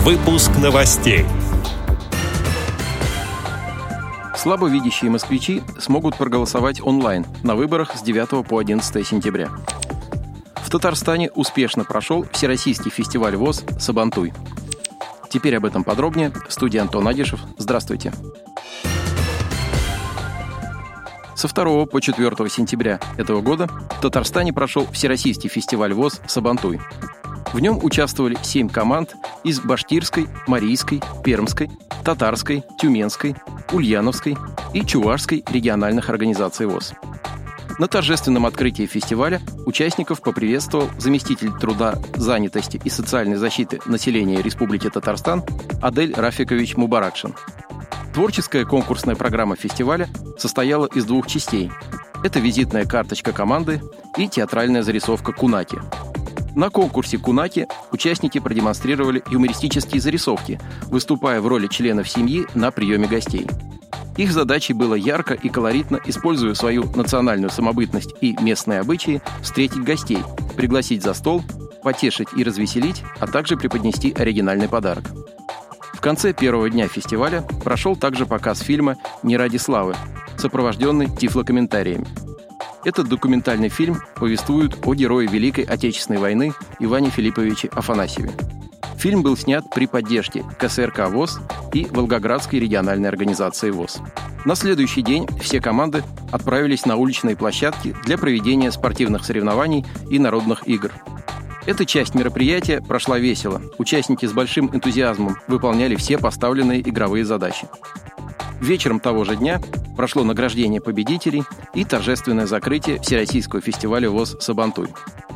Выпуск новостей. Слабовидящие москвичи смогут проголосовать онлайн на выборах с 9 по 11 сентября. В Татарстане успешно прошел Всероссийский фестиваль ВОС «Сабантуй». Теперь об этом подробнее. В студии Антон Агишев. Здравствуйте. Со 2 по 4 сентября этого года в Татарстане прошел Всероссийский фестиваль ВОС «Сабантуй». В нем участвовали 7 команд из Башкирской, Марийской, Пермской, Татарской, Тюменской, Ульяновской и Чувашской региональных организаций ВОС. На торжественном открытии фестиваля участников поприветствовал заместитель труда, занятости и социальной защиты населения Республики Татарстан Адель Рафикович Мубаракшин. Творческая конкурсная программа фестиваля состояла из 2 частей. Это визитная карточка команды и театральная зарисовка «Кунаки». На конкурсе «Кунаки» участники продемонстрировали юмористические зарисовки, выступая в роли членов семьи на приеме гостей. Их задачей было ярко и колоритно, используя свою национальную самобытность и местные обычаи, встретить гостей, пригласить за стол, потешить и развеселить, а также преподнести оригинальный подарок. В конце первого дня фестиваля прошел также показ фильма «Не ради славы», сопровожденный тифлокомментариями. Этот документальный фильм повествует о герое Великой Отечественной войны Иване Филипповиче Афанасьеве. Фильм был снят при поддержке КСРК ВОС и Волгоградской региональной организации ВОС. На следующий день все команды отправились на уличные площадки для проведения спортивных соревнований и народных игр. Эта часть мероприятия прошла весело. Участники с большим энтузиазмом выполняли все поставленные игровые задачи. Вечером того же дня прошло награждение победителей и торжественное закрытие Всероссийского фестиваля ВОС «Сабантуй».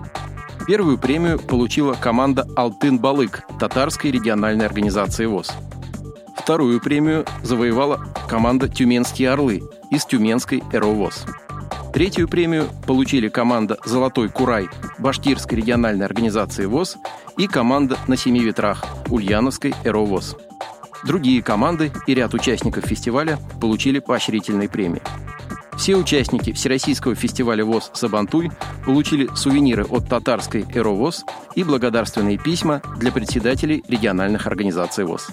Первую премию получила команда «Алтын-Балык» Татарской региональной организации ВОС. Вторую премию завоевала команда «Тюменские орлы» из Тюменской РО ВОС. Третью премию получили команда «Золотой Курай» Башкирской региональной организации ВОС и команда «На семи ветрах» Ульяновской РО ВОС. Другие команды и ряд участников фестиваля получили поощрительные премии. Все участники Всероссийского фестиваля ВОС «Сабантуй» получили сувениры от Татарской РО ВОС и благодарственные письма для председателей региональных организаций ВОС.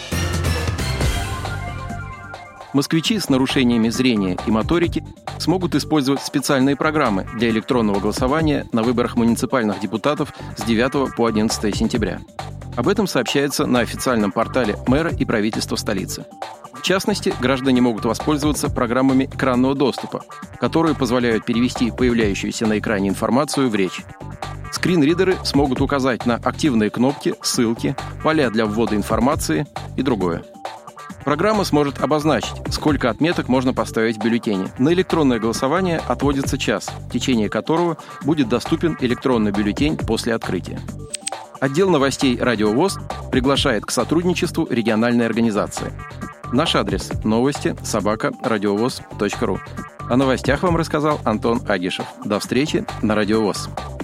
Москвичи с нарушениями зрения и моторики смогут использовать специальные программы для электронного голосования на выборах муниципальных депутатов с 9 по 11 сентября. Об этом сообщается на официальном портале мэра и правительства столицы. В частности, граждане могут воспользоваться программами экранного доступа, которые позволяют перевести появляющуюся на экране информацию в речь. Скринридеры смогут указать на активные кнопки, ссылки, поля для ввода информации и другое. Программа сможет обозначить, сколько отметок можно поставить в бюллетене. На электронное голосование отводится час, в течение которого будет доступен электронный бюллетень после открытия. Отдел новостей «Радио ВОС» приглашает к сотрудничеству региональной организации. Наш адрес – новости@радиовоз.ру. О новостях вам рассказал Антон Агишев. До встречи на Радио ВОС.